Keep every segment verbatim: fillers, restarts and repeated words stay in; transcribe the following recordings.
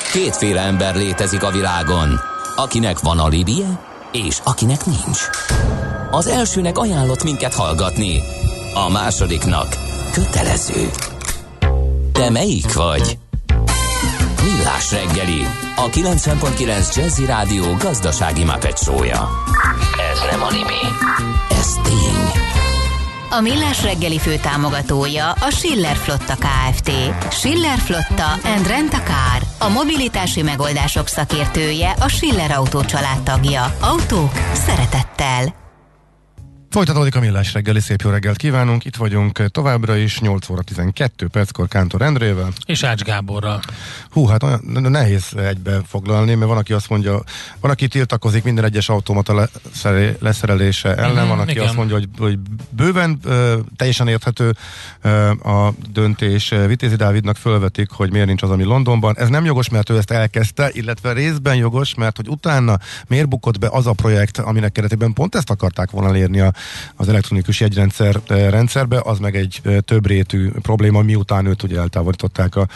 Kétféle ember létezik a világon, akinek van alibije, és akinek nincs. Az elsőnek ajánlott minket hallgatni, a másodiknak kötelező. Te melyik vagy? Millás reggeli, a kilencven pont kilenc Jazzy Rádió gazdasági Muppet show-ja. Ez nem anime, ez tény. A Millás reggeli főtámogatója a Schiller Flotta Kft. Schiller Flotta and Rent a Car. A mobilitási megoldások szakértője, a Schiller Autó család tagja. Autók szeretettel. Folytatódik a Millás reggeli, szép jó reggelt kívánunk, itt vagyunk továbbra is, nyolc óra tizenkettő perckor Kántor Endrével. És Ács Gáborral. Hú, hát olyan nehéz egybe foglalni, mert van, aki azt mondja, van, aki tiltakozik minden egyes automata leszerelése ellen, mm-hmm, van, aki igen. azt mondja, hogy, hogy bőven ö, teljesen érthető ö, a döntés. Vitézi Dávidnak fölvetik, hogy miért nincs az, ami Londonban. Ez nem jogos, mert ő ezt elkezdte, illetve részben jogos, mert hogy utána miért bukott be az a projekt, aminek keretében pont ezt akarták volna elérni a az elektronikus jegyrendszer rendszerbe, az meg egy többrétű probléma, miután őt ugye eltávolították a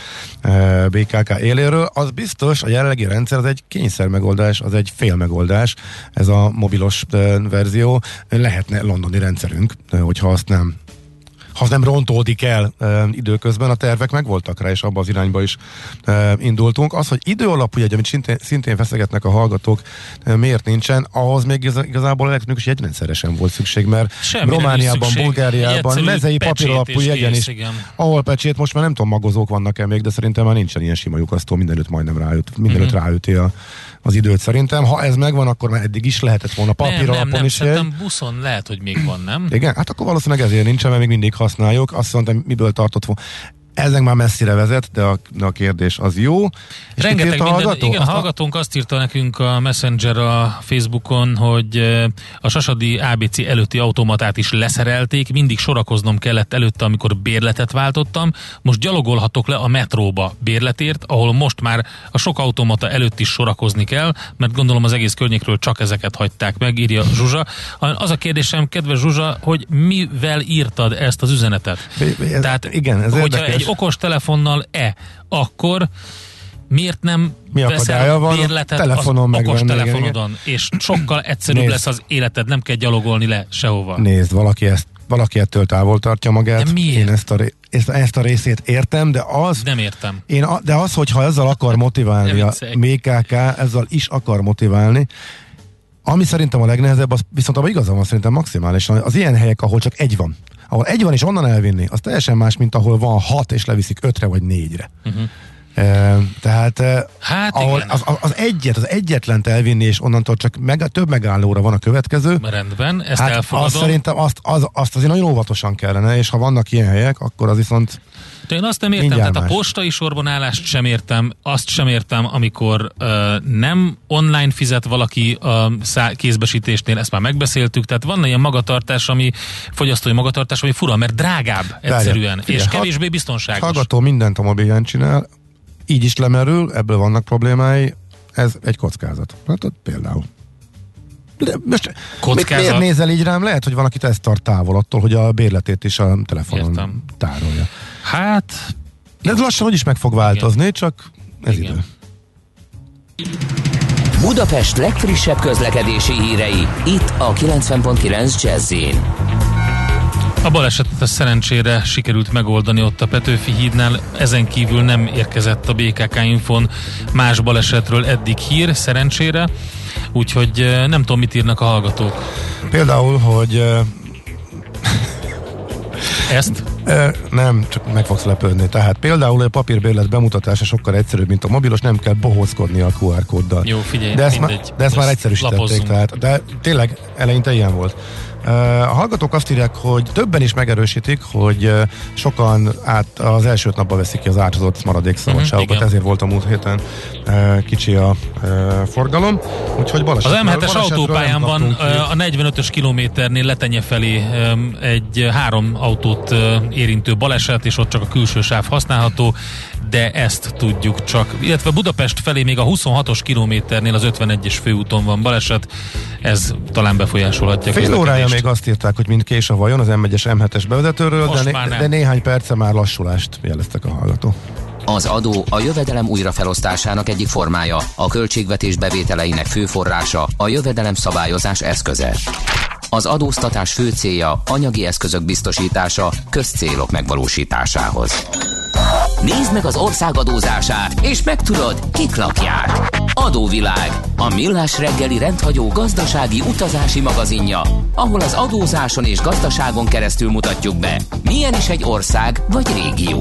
bé ká ká éléről. Az biztos, a jelenlegi rendszer az egy kényszer megoldás, az egy fél megoldás, ez a mobilos verzió. Lehetne londoni rendszerünk, hogyha azt nem ha az nem rontódik el e, időközben, a tervek megvoltak rá, és abba az irányba is e, indultunk. Az, hogy idő alapú jegy, amit szintén, szintén feszegetnek a hallgatók, e, miért nincsen, ahhoz még igazából elektronikus jegyrendszerre sem volt szükség, mert Semmire Romániában, Bulgáriában, mezei papíralapú jegyen is, igen. ahol pecsét, most már nem tudom, magozók vannak-e még, de szerintem már nincsen ilyen sima lyukasztó, mindenütt majdnem ráüt, mindenütt mm-hmm. ráüti a az időt szerintem. Ha ez megvan, akkor már eddig is lehetett volna papíralapon nem, nem, is. Szerintem jegy. buszon lehet, hogy még van, nem? Igen, hát akkor valószínűleg ezért nincsen, mert még mindig használjuk. Azt mondtam, miből tartott volna. Ezek már messzire vezet, de a, de a kérdés az jó. És rengeteg minden, hallgató? igen, a hallgatónk azt írta nekünk a Messenger a Facebookon, hogy a Sasadi á bé cé előtti automatát is leszerelték, mindig sorakoznom kellett előtte, amikor bérletet váltottam, most gyalogolhatok le a metróba bérletért, ahol most már a sok automata előtt is sorakozni kell, mert gondolom az egész környékről csak ezeket hagyták meg, írja Zsuzsa. Az a kérdésem, kedves Zsuzsa, hogy mivel írtad ezt az üzenetet? Ez, Tehát, igen, ez hogyha érdekes. egy okos telefonnal-e, akkor miért nem Mi veszel van? bérletet Telefonon az okos megvenni, telefonodon, igen, és sokkal egyszerűbb Nézd. lesz az életed, nem kell gyalogolni le sehova. Nézd, valaki, ezt, valaki ettől távol tartja magát. De miért? Én ezt a, ezt, ezt a részét értem, de az... Nem értem. Én a, de az, hogyha ezzel akar motiválni a bé ká ká, ezzel is akar motiválni, ami szerintem a legnehezebb, az viszont abban igazán van szerintem maximálisan. Az ilyen helyek, ahol csak egy van, ahol egy van és onnan elvinni, az teljesen más, mint ahol van hat és leviszik ötre vagy négyre. Uh-huh. E, tehát hát ahol az, az egyet, az egyetlent elvinni, és onnantól csak meg, több megállóra van a következő. Rendben, ezt hát elfogadom. Azt szerintem azt, az, azt azért nagyon óvatosan kellene, és ha vannak ilyen helyek, akkor az viszont de én azt nem értem, tehát más. A postai sorban állást sem értem, azt sem értem, amikor uh, nem online fizet valaki a szá- kézbesítésnél, ezt már megbeszéltük, tehát van ilyen magatartás, ami fogyasztói magatartás, ami fura, mert drágább egyszerűen, Figyelj, és kevésbé biztonságos. Hallgató mindent a mobilján csinál, így is lemerül, ebből vannak problémái, ez egy kockázat. Hát ott például. De most kockázat. Miért nézel így rám? Lehet, hogy van, akit ezt tart távol attól, hogy a bérletét is a telefonon Értem. tárolja. Hát... De ez lassan hogy is meg fog változni, igen. csak ez igen. idő. Budapest legfrissebb közlekedési hírei, itt a kilencven pont kilenc Jazz-in. A balesetet a szerencsére sikerült megoldani ott a Petőfi hídnál, ezen kívül nem érkezett a bé ká ká Infon más balesetről eddig hír, szerencsére, úgyhogy nem tudom, mit írnak a hallgatók. Például, hogy... Ezt? Nem, csak meg fogsz lepődni. Tehát például a papírbérlet bemutatása sokkal egyszerűbb, mint a mobilos, nem kell bohózkodni a kú ár kóddal. Jó, figyelj, de ezt, mindegy, ma, de ezt már egyszerűsítették, tehát, de tényleg eleinte ilyen volt. A hallgatók azt írják, hogy többen is megerősítik, hogy sokan át az első öt napban veszik ki az áthozott maradékszabadságokat, uh-huh, ezért volt a múlt héten kicsi a forgalom. Úgyhogy baleset. Az em hetes autópályán van a negyvenötös kilométernél Letenye felé egy három autót érintő baleset, és ott csak a külső sáv használható, de ezt tudjuk csak. Illetve Budapest felé még a huszonhatos kilométernél az ötvenegyes főúton van baleset, ez talán befolyásolhatja. Fél órája még azt írták, hogy mind kés a vajon az em egyes em hetes bevezetőről, de, né- de néhány perce már lassulást jeleztek a hallgató. Az adó a jövedelem újrafelosztásának egyik formája, a költségvetés bevételeinek fő forrása, a jövedelem szabályozás eszköze. Az adóztatás fő célja anyagi eszközök biztosítása közcélok megvalósításához. Nézd meg az ország adózását, és megtudod, kik lakják. Adóvilág, a millás reggeli rendhagyó gazdasági utazási magazinja, ahol az adózáson és gazdaságon keresztül mutatjuk be, milyen is egy ország vagy régió.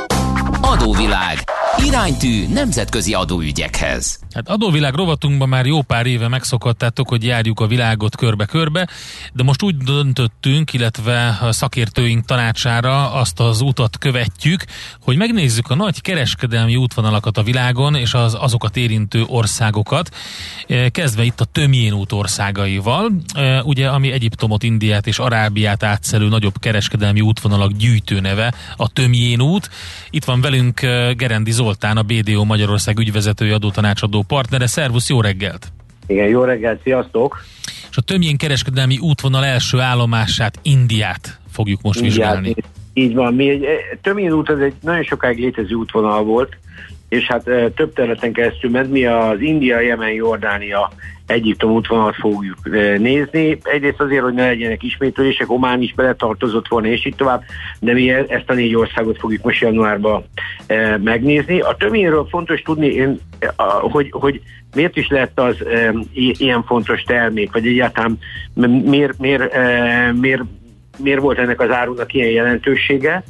Adóvilág, iránytű nemzetközi adóügyekhez. Hát adóvilág rovatunkban már jó pár éve megszokhattátok, hogy járjuk a világot körbe-körbe, de most úgy döntöttünk, illetve a szakértőink tanácsára azt az utat követjük, hogy megnézzük a nagy kereskedelmi útvonalakat a világon, és az, azokat érintő országokat, kezdve itt a Tömjén út országaival, ugye, ami Egyiptomot, Indiát és Arábiát átszelő nagyobb kereskedelmi útvonalak gyűjtőneve, a Tömjén út. Itt van velünk Gerendi Zoltán, a bé dé o Magyarország ügyvezetői, adótanácsadó partnere. Szervusz, jó reggelt! Igen, jó reggelt, sziasztok! És a Tömjén kereskedelmi útvonal első állomását, Indiát fogjuk most Indiát, vizsgálni. Így van. Mi egy, Tömjén út az egy nagyon sokáig létező útvonal volt, és hát több területen keresztül ment. Mi az India, Jemen, Jordánia, Egyiptom útvonalat fogjuk nézni. Egyrészt azért, hogy ne legyenek ismétlések, Omán is beletartozott volna, és így tovább, de mi ezt a négy országot fogjuk most januárban megnézni. A Tömjénről fontos tudni, én, hogy, hogy miért is lett az ilyen fontos termék, vagy egyáltalán miért, miért, miért, miért volt ennek az árunak ilyen jelentősége.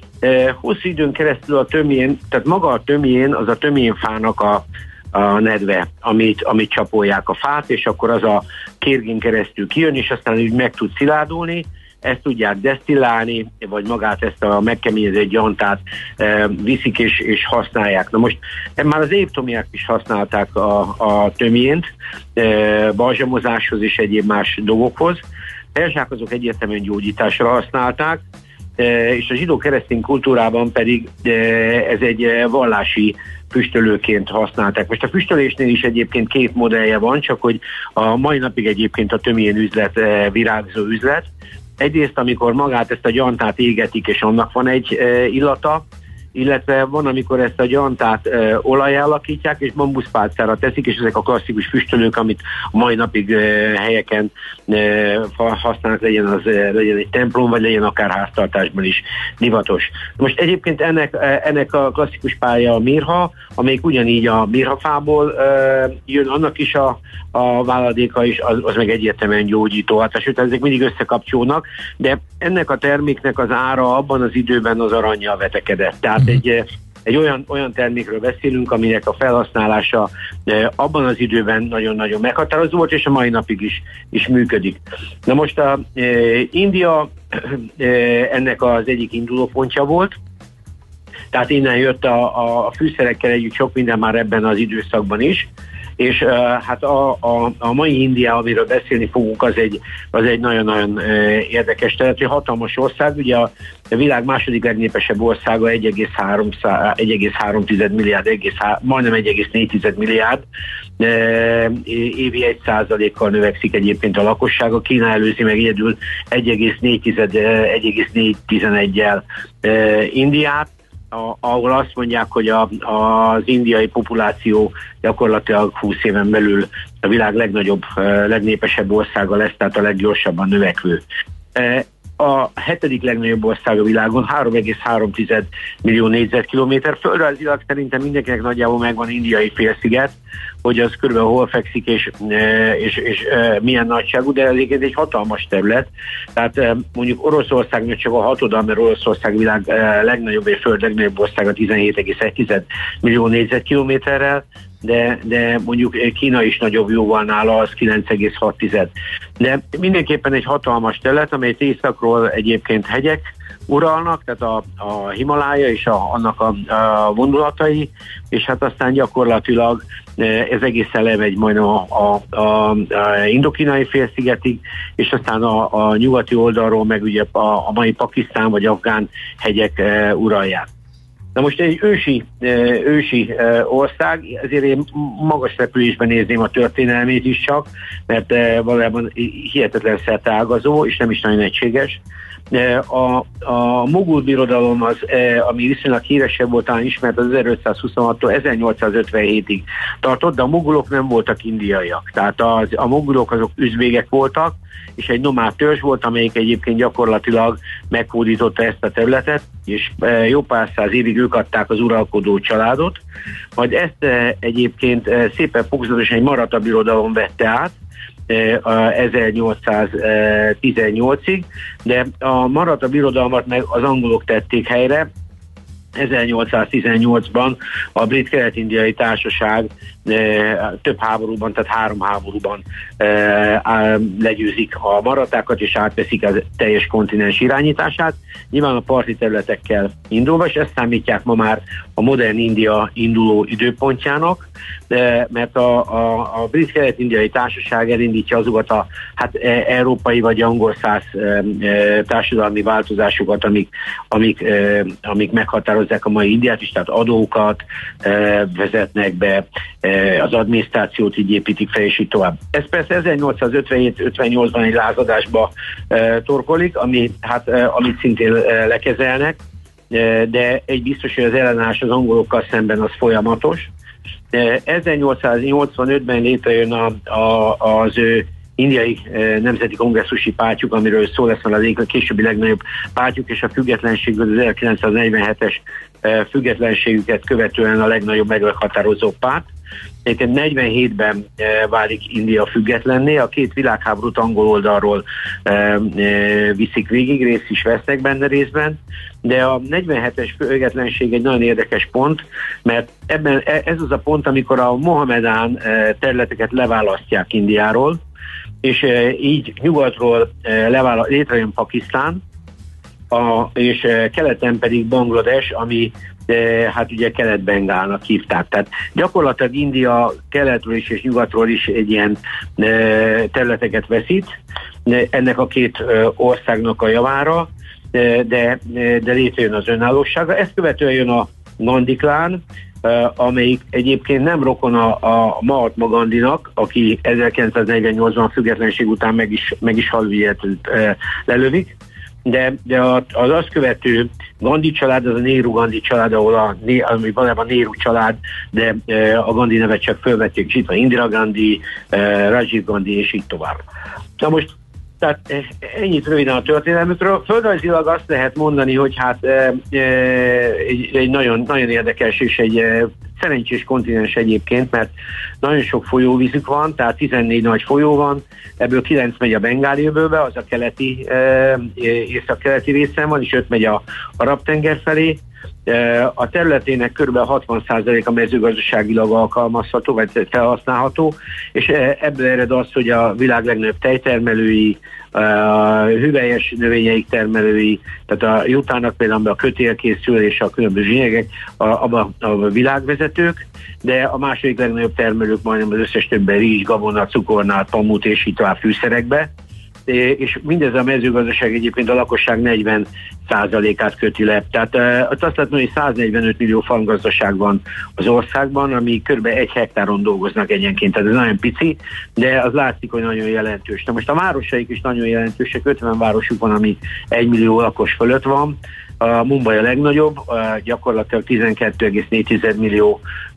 Hosszú időn keresztül a tömjén, tehát maga a tömjén, az a tömjénfának a, a nedve, amit, amit csapolják a fát, és akkor az a kérgén keresztül kijön, és aztán úgy meg tud szilárdulni, ezt tudják desztillálni, vagy magát ezt a megkeményezett gyantát e, viszik és, és használják. Na most már az egyiptomiak is használták a, a tömjént e, balzsamozáshoz és egyéb más dolgokhoz. Perzsák azok egyértelműen gyógyításra használták, és a zsidó-keresztény kultúrában pedig ez egy vallási füstölőként használták. Most a füstölésnél is egyébként két modellje van, csak hogy a mai napig egyébként a tömjén üzlet virágzó üzlet. Egyrészt, amikor magát ezt a gyantát égetik, és annak van egy illata, illetve van, amikor ezt a gyantát e, olajjá alakítják, és bambuszpálcára teszik, és ezek a klasszikus füstölők, amit a mai napig e, helyeken e, használnak, legyen az e, legyen egy templom, vagy legyen akár háztartásban is divatos. Most egyébként ennek, e, ennek a klasszikus pálya a mirha, amelyik ugyanígy a mirhafából e, jön, annak is a, a váladéka is, az, az meg egyértelműen gyógyító. Hát sőt, ezek mindig összekapcsolnak, de ennek a terméknek az ára abban az időben az arannyal vetekedett. Tehát egy, egy olyan, olyan termékről beszélünk, aminek a felhasználása abban az időben nagyon-nagyon meghatározó volt, és a mai napig is, is működik. Na most a e, India e, ennek az egyik indulópontja volt, tehát innen jött a, a fűszerekkel együtt sok minden már ebben az időszakban is, és uh, hát a, a, a mai India, amiről beszélni fogunk, az egy, az egy nagyon-nagyon uh, érdekes terület, egy hatalmas ország, ugye a, a világ második legnépesebb országa egy egész három milliárd, egész, majdnem egy egész négy milliárd, uh, évi egy százalékkal növekszik egyébként a lakossága, Kína előzi meg egyedül egy egész négy tizeneggyel uh, Indiát, A, ahol azt mondják, hogy a, az indiai populáció gyakorlatilag húsz éven belül a világ legnagyobb, legnépesebb országa lesz, tehát a leggyorsabban növekvő. A hetedik legnagyobb ország a világon, három egész három millió négyzetkilométer. Földrajzilag szerintem mindenkinek nagyjából megvan indiai félsziget, hogy az körülbelül hol fekszik és, és, és milyen nagyságú, de ez egy hatalmas terület. Tehát mondjuk Oroszországnak csak a hatoda, mert Oroszország világ legnagyobb és föld legnagyobb országa tizenhét egész egy millió négyzetkilométerrel, de, de mondjuk Kína is nagyobb jóval nála, az kilenc egész hat. De mindenképpen egy hatalmas terület, amely északról egyébként hegyek uralnak, tehát a, a Himalája és a, annak a, a vonulatai, és hát aztán gyakorlatilag ez egészen lemegy majdnem a, a, a, a indokínai félszigetig, és aztán a, a nyugati oldalról meg ugye a, a mai Pakisztán vagy afgán hegyek e, uralják. Na most egy ősi, ősi ország, ezért én magas repülésben nézném a történelmét is csak, mert valójában hihetetlen szerteágazó, és nem is nagyon egységes. A, a mogul birodalom, az, ami viszonylag híresebb volt, talán ismert, az ezerötszázhuszonhattól ezernyolcszázötvenhétig tartott, de a mogulok nem voltak indiaiak. Tehát az, a mogulok azok üzbégek voltak, és egy nomád törzs volt, amelyik egyébként gyakorlatilag meghódította ezt a területet, és jó pár száz évig ők adták az uralkodó családot, majd ezt egyébként szépen fokozatosan egy maratha birodalom vette át, ezernyolcszáztizennyolcig, de a maratha birodalmat meg az angolok tették helyre. ezernyolcszáztizennyolcban a Brit Kelet-Indiai Társaság több háborúban, tehát három háborúban legyőzik a marathákat, és átveszik az teljes kontinens irányítását. Nyilván a parti területekkel indulva, és ezt számítják ma már a modern India induló időpontjának, mert a, a, a Brit Kelet-Indiai Társaság elindítja azokat a hát, európai vagy angol száz társadalmi változásokat, amik, amik, amik meghatározzák a mai Indiát is, tehát adókat vezetnek be, az adminisztrációt így építik fel, és így tovább. Ez persze ezernyolcszázötvenhét ötvennyolcban egy lázadásba torkolik, ami, hát, amit szintén lekezelnek, de egy biztos, hogy az ellenállás az angolokkal szemben az folyamatos. ezernyolcszáznyolcvanötben létrejön a, a, az ő indiai nemzeti kongresszusi pártjuk, amiről szó lesz már az egyik a későbbi legnagyobb pártjuk, és a függetlenségből az ezerkilencszáznegyvenhetes függetlenségüket követően a legnagyobb meghatározó párt. Egyébként negyvenhétben válik India függetlenné, a két világháborút angol oldalról viszik végig, részt is vesznek benne részben, de a negyvenhetes függetlenség egy nagyon érdekes pont, mert ebben ez az a pont, amikor a mohamedán területeket leválasztják Indiáról, és így nyugatról levála, létrejön Pakisztán, a, és keleten pedig Banglades, ami de hát ugye Kelet-Bengálnak hívták. Tehát gyakorlatilag India keletről is és nyugatról is egy ilyen e, területeket veszít, de ennek a két e, országnak a javára, de, de, de létrejön az önállósága. Ezt követően jön a Gandhi klán, e, amelyik egyébként nem rokon a, a Mahatma Gandhinak, aki ezerkilencszáznegyvennyolcban a függetlenség után meg is, meg is halálbüntetést e, lelövik, de, de az azt követő Gandhi család, az a Nehru-Gandhi család, ahol a, ami valójában Nehru család, de a Gandhi nevet csak fölvették, és itt van Indira Gandhi, Rajiv Gandhi, és így tovább. Na most, tehát ennyit röviden a történelmükről. Földrajzilag azt lehet mondani, hogy hát egy, egy nagyon, nagyon érdekes és egy szerencsés kontinens egyébként, mert nagyon sok folyóvízük van, tehát tizennégy nagy folyó van, ebből kilenc megy a Bengáli-öbölbe, az a keleti, észak-keleti részen van, és öt megy a Arab-tenger felé. A területének kb. hatvan százalék a mezőgazdaságilag alkalmazható, vagy felhasználható, és ebből ered az, hogy a világ legnagyobb tejtermelői, a hüvelyes növényeik termelői, tehát a jutának például a kötél készül, és a különböző zsínyegek a, a, a világvezetők, de a második legnagyobb termelők majdnem az összes többen rizs, gabona, cukornát, pamut és így tovább fűszerekbe, és mindez a mezőgazdaság egyébként a lakosság negyven százalékát köti le. Tehát azt lehet mondani, hogy száznegyvenöt millió farmgazdaság van az országban, ami kb. egy hektáron dolgoznak egyenként, tehát ez nagyon pici, de az látszik, hogy nagyon jelentős. Na most a városaik is nagyon jelentősek, ötven városuk van, ami egy millió lakos fölött van, a Mumbai a legnagyobb, gyakorlatilag tizenkettő egész négy millió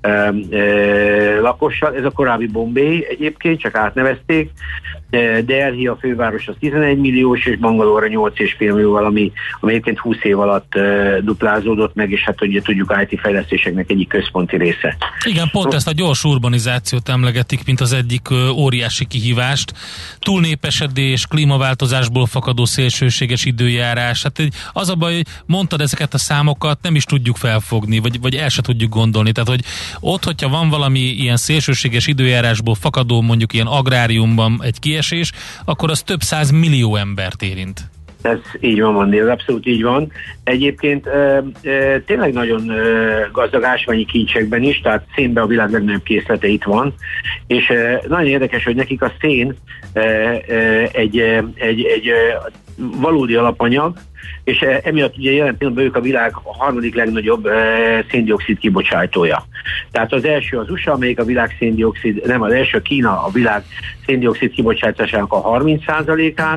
lakossal, ez a korábbi Bombay egyébként, csak átnevezték, Delhi a főváros az tizenegy milliós, és Bangalore nyolc egész öt millió, ami, ami egyébként húsz év alatt uh, duplázódott meg, és hát ugye tudjuk i té fejlesztéseknek egyik központi része. Igen, pont ezt a gyors urbanizációt emlegetik, mint az egyik uh, óriási kihívást. Túlnépesedés, klímaváltozásból fakadó szélsőséges időjárás. Hát az a baj, hogy mondtad ezeket a számokat, nem is tudjuk felfogni, vagy, vagy el se tudjuk gondolni. Tehát, hogy ott, hogyha van valami ilyen szélsőséges időjárásból fakadó, mondjuk ilyen agráriumban egy kiesés, akkor az több száz millió embert érint. Ez így van, Mandi, ez abszolút így van. Egyébként e, e, tényleg nagyon e, gazdag ásványi kincsekben is, tehát szénben a világ legnagyobb készlete itt van, és e, nagyon érdekes, hogy nekik a szén e, e, egy, e, egy, egy e, valódi alapanyag, és e, emiatt ugye jelen pillanatban ők a világ a harmadik legnagyobb e, széndioxid kibocsátója. Tehát az első az u es á, amelyik a világ széndioxid, nem az első, Kína a világ széndioxid kibocsátásának a harminc százalékát,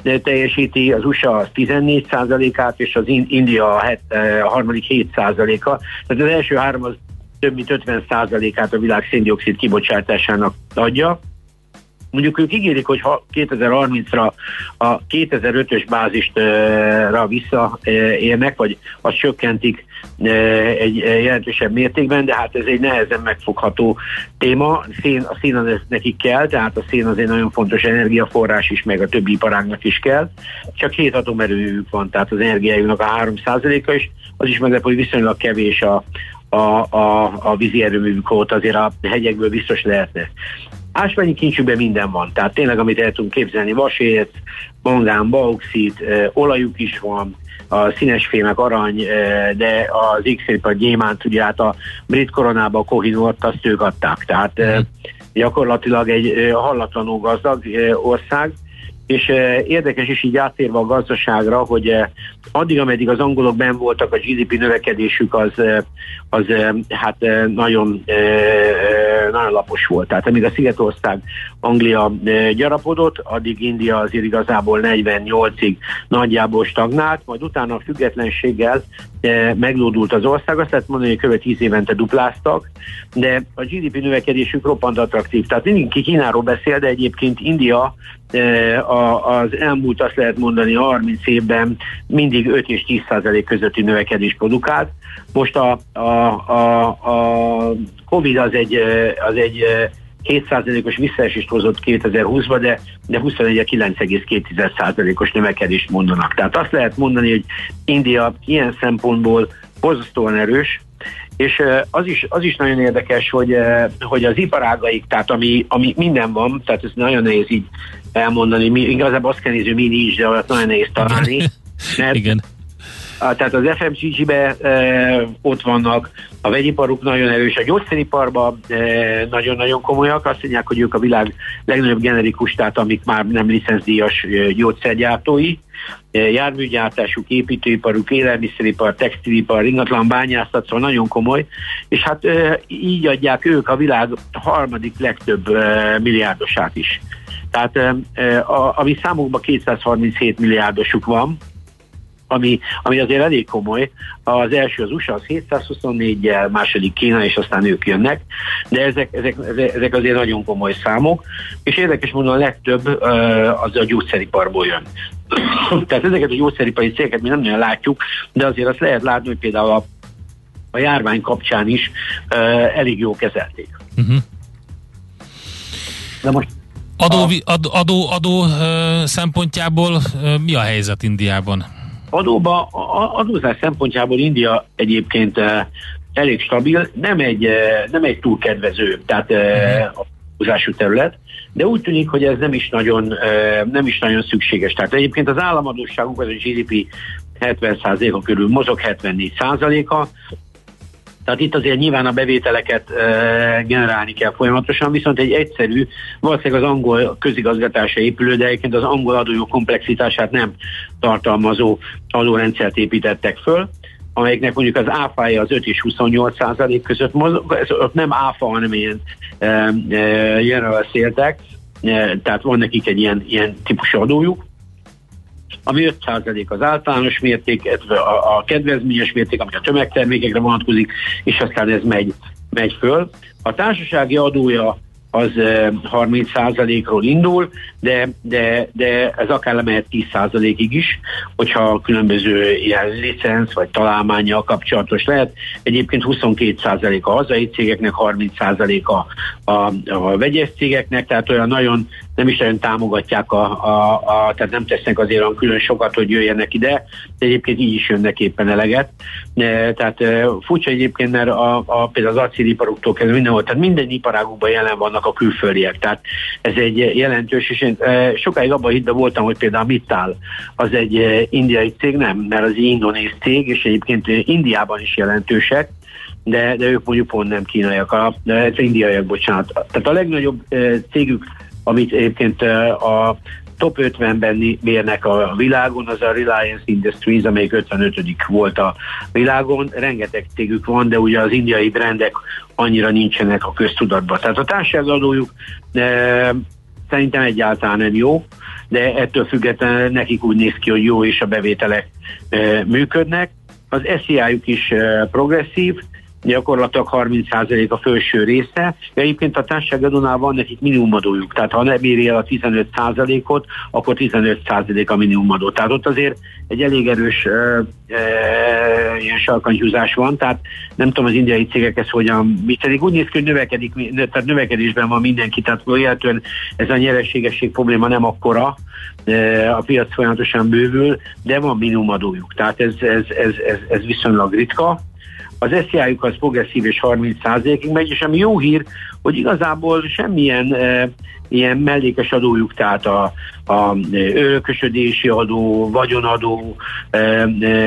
teljesíti, az u es á az tizennégy százalékát, és az India a, het, a harmadik hét százaléka. Tehát az első három az több mint ötven százalékát a világ széndioxid kibocsátásának adja. Mondjuk ők ígérik, hogy ha kétezer-harmincra a kétezer-ötös bázistra visszaérnek, vagy azt csökkentik egy jelentősebb mértékben, de hát ez egy nehezen megfogható téma. Szén, a szén az nekik kell, tehát a szén az egy nagyon fontos energiaforrás is, meg a többi iparágnak is kell. Csak hét atomerőjük van, tehát az energiájuknak a három százaléka is, az is meglepő, hogy viszonylag kevés a, a, a, a vízi erőművük, ott azért a hegyekből biztos lehetne. Ásványi kincsükben minden van, tehát tényleg, amit el tudunk képzelni, vasérc, mangán, bauxit, e, olajuk is van, a színes fémek, arany, e, de az ékszeripar, gyémánt, ugye hát a brit koronában a Kohinort azt ők adták, tehát e, gyakorlatilag egy e, hallatlanul gazdag e, ország, és e, érdekes is így áttérve a gazdaságra, hogy e, addig, ameddig az angolok benn voltak, a gé dé pé növekedésük az, e, az e, hát e, nagyon, e, nagyon lapos volt. Tehát amíg a Szigetország, Anglia e, gyarapodott, addig India azért igazából negyvennyolcig nagyjából stagnált, majd utána a függetlenséggel e, meglódult az ország, azt lehet mondani, hogy követ tíz évente dupláztak, de a gé dé pé növekedésük roppant attraktív. Tehát mindenki Kínáról beszél, de egyébként India az elmúlt, azt lehet mondani, harminc évben mindig öt és tíz százalék közötti növekedés produkált. Most a, a, a, a Covid az egy, az egy hét százalékos visszaesést hozott kétezer-húszban, de, de huszonegyre kilenc egész két százalékos növekedést mondanak. Tehát azt lehet mondani, hogy India ilyen szempontból borzasztóan erős, és az is, az is nagyon érdekes, hogy, hogy az iparágaik, tehát ami, ami minden van, tehát ez nagyon nehéz így elmondani, mi, igazából azt kell nézni, mi nincs, de azt nagyon nehéz találni. Mert, igen. Tehát az ef em gé gé-be e, ott vannak, a vegyiparuk nagyon erős, a gyógyszeriparban e, nagyon-nagyon komolyak, azt mondják, hogy ők a világ legnagyobb generikus, tehát amik már nem licencdíjas e, gyógyszergyártói, e, járműgyártásuk, építőiparuk, élelmiszeripar, textilipar, ingatlan bányászat, szóval nagyon komoly, és hát e, így adják ők a világ harmadik legtöbb e, milliárdosát is. Tehát e, a, ami számukban kétszázharminchét milliárdosuk van, Ami, ami azért elég komoly. Az első az u es á, az hétszázhuszonnégyel, második Kína, és aztán ők jönnek, de ezek, ezek, ezek azért nagyon komoly számok, és érdekes módon a legtöbb uh, az a gyógyszeriparból jön. Tehát ezeket a gyógyszeripari cégeket mi nem nagyon látjuk, de azért azt lehet látni, hogy például a, a járvány kapcsán is uh, elég jól kezelték. Uh-huh. De most adó, adó, adó, adó uh, szempontjából uh, mi a helyzet Indiában? Adóba, adózás szempontjából India egyébként uh, elég stabil, nem egy, uh, nem egy túl kedvező, tehát uh, adózású terület, de úgy tűnik, hogy ez nem is nagyon, uh, nem is nagyon szükséges. Tehát egyébként az államadósságuk, az a gé dé pé hetven százaléka körül mozog, hetvennégy százaléka, tehát itt azért nyilván a bevételeket e, generálni kell folyamatosan, viszont egy egyszerű, valószínűleg az angol közigazgatása épülő, de egyébként az angol adójog komplexitását nem tartalmazó adórendszert építettek föl, amelyeknek mondjuk az áfája az öt és huszonnyolc százalék között mozog, ez ott nem áfa, hanem ilyen e, e, jelről széltek, e, tehát van nekik egy ilyen, ilyen típusú adójuk, ami öt százalék az általános mérték, a, a kedvezményes mérték, ami a tömegtermékekre vonatkozik, és aztán ez megy, megy föl. A társasági adója az harminc százalékról indul, de, de, de ez akár lemehet tíz százalékig is, hogyha különböző ilyen licenc vagy találmánnyal kapcsolatos lehet. Egyébként huszonkét százalék a hazai cégeknek, harminc százalék a, a, a vegyes cégeknek, tehát olyan nagyon nem is nagyon támogatják, a, a, a, tehát nem tesznek azért olyan külön sokat, hogy jöjjenek ide, de egyébként így is jönnek éppen eleget. E, tehát e, furcsa egyébként, mert a, a, például az acéliparuktól kezdve mindenhol, tehát minden iparágukban jelen vannak a külföldiek, tehát ez egy jelentős, és én e, sokáig abban a hitben voltam, hogy például a Mittal az egy e, indiai cég, nem, mert az egy indonéz cég, és egyébként Indiában is jelentősek, de, de ők mondjuk pont nem kínaiak, a, de indiaiak, bocsánat. Tehát a legnagyobb e, cégük, amit egyébként a top ötvenben mérnek a világon, az a Reliance Industries, amelyik ötvenötödik volt a világon. Rengeteg cégük van, de ugye az indiai brandek annyira nincsenek a köztudatban. Tehát a társasági adójuk e, szerintem egyáltalán nem jó, de ettől függetlenül nekik úgy néz ki, hogy jó és a bevételek e, működnek. Az es i á-juk is e, progresszív, gyakorlatilag harminc százalék a felső része, de egyébként a társaságadónál van nekik minimumadójuk, tehát ha nem éri el a tizenöt százalékot, akkor tizenöt százalék a minimumadó. Tehát ott azért egy elég erős e, e, ilyen sarkantyúzás van, tehát nem tudom az indiai cégek ezt hogyan, mit pedig úgy néz ki, hogy növekedik, tehát növekedésben van mindenki, tehát illetően ez a nyereségesség probléma nem akkora, e, a piac folyamatosan bővül, de van minimumadójuk, tehát ez, ez, ez, ez, ez viszonylag ritka. Az es i á-juk az progresszív és harminc százalékig megy, és ami jó hír, hogy igazából semmilyen e, ilyen mellékes adójuk, tehát a, a örökösödési adó, vagyonadó, e, e,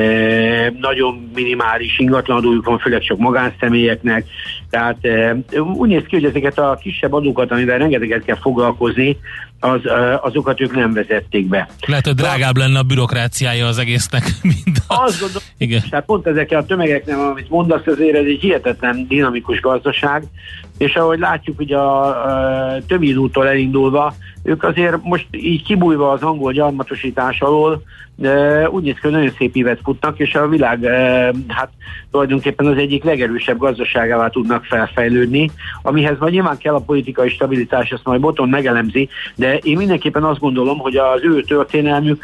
nagyon minimális ingatlanadójuk van, főleg csak magánszemélyeknek, tehát e, úgy néz ki, hogy ezeket a kisebb adókat, amivel rengeteget kell foglalkozni, az, azokat ők nem vezették be. Lehet, hogy drágább lenne a bürokráciája az egésznek, mint a... Azt gondolom, igen. Tehát pont ezekkel a tömegeknek, amit mondasz, azért ez egy hihetetlen dinamikus gazdaság, és ahogy látjuk, hogy a, a Tömid úttól elindulva, ők azért most így kibújva az angol gyarmatosítás alól, de úgy néz ki, hogy nagyon szép évet futnak, és a világ hát tulajdonképpen az egyik legerősebb gazdaságává tudnak felfejlődni, amihez majd nyilván kell a politikai stabilitás, ezt majd Boton megelemzi, de én mindenképpen azt gondolom, hogy az ő történelmük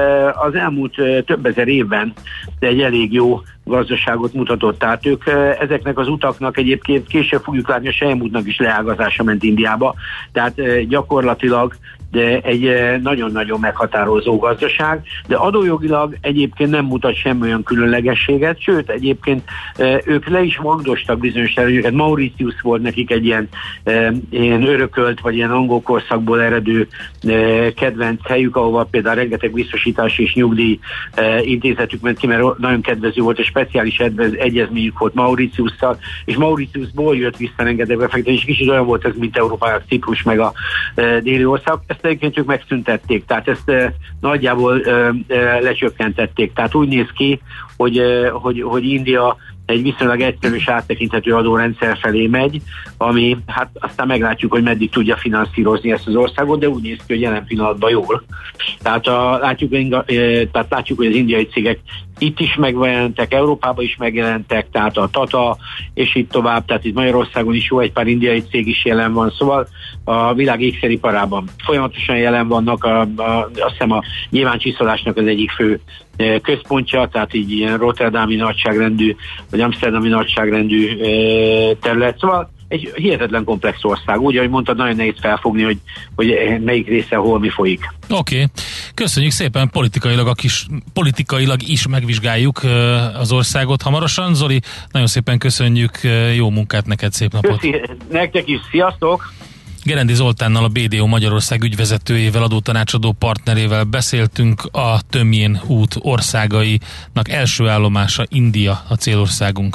az elmúlt több ezer évben egy elég jó gazdaságot mutatott. Tehát ők ezeknek az utaknak egyébként később fogjuk látni, a selyemútnak is leágazása ment Indiába, tehát gyakorlatilag de egy nagyon-nagyon meghatározó gazdaság, de adójogilag egyébként nem mutat semmi olyan különlegességet, sőt egyébként ők le is magdostak bizonyos előnyöket. Mauritius volt nekik egy ilyen, ilyen örökölt, vagy ilyen angol korszakból eredő kedvenc helyük, ahova például rengeteg biztosítás és nyugdíj intézetük ment ki, mert nagyon kedvező volt, és speciális egyezményük volt Mauritiusszal, és Mauritiusból jött vissza rengeteg befektetés, és kicsit olyan volt ez, mint Európának Ciprus, meg a déli országok. Ezt egyébként ők megszüntették, tehát ezt e, nagyjából e, e, lecsökkentették. Tehát úgy néz ki, hogy, e, hogy, hogy India egy viszonylag egyszerű és áttekinthető adórendszer felé megy, ami hát aztán meglátjuk, hogy meddig tudja finanszírozni ezt az országot, de úgy néz ki, hogy jelen pillanatban jól. Tehát, a, látjuk, e, tehát látjuk, hogy az indiai cégek itt is megjelentek, Európában is megjelentek, tehát a Tata, és itt tovább, tehát itt Magyarországon is jó, egy pár indiai cég is jelen van, szóval a világ ékszeriparában folyamatosan jelen vannak, a, a, azt hiszem a nyilváncsiszolásnak az egyik fő központja, tehát így ilyen rotterdami nagyságrendű, vagy amsterdami nagyságrendű terület, szóval egy hihetetlen komplex ország. Úgy, ahogy mondtad, nagyon nehéz felfogni, hogy, hogy melyik része hol mi folyik. Oké. Okay. Köszönjük szépen, politikailag, a kis, politikailag is megvizsgáljuk az országot hamarosan. Zoli, nagyon szépen köszönjük, jó munkát neked, szép napot! Köszi, nektek is, sziasztok! Gerendi Zoltánnal, a bé dé o Magyarország ügyvezetőjével, adótanácsadó partnerével beszéltünk. A Tömjén út országainak első állomása India a célországunk.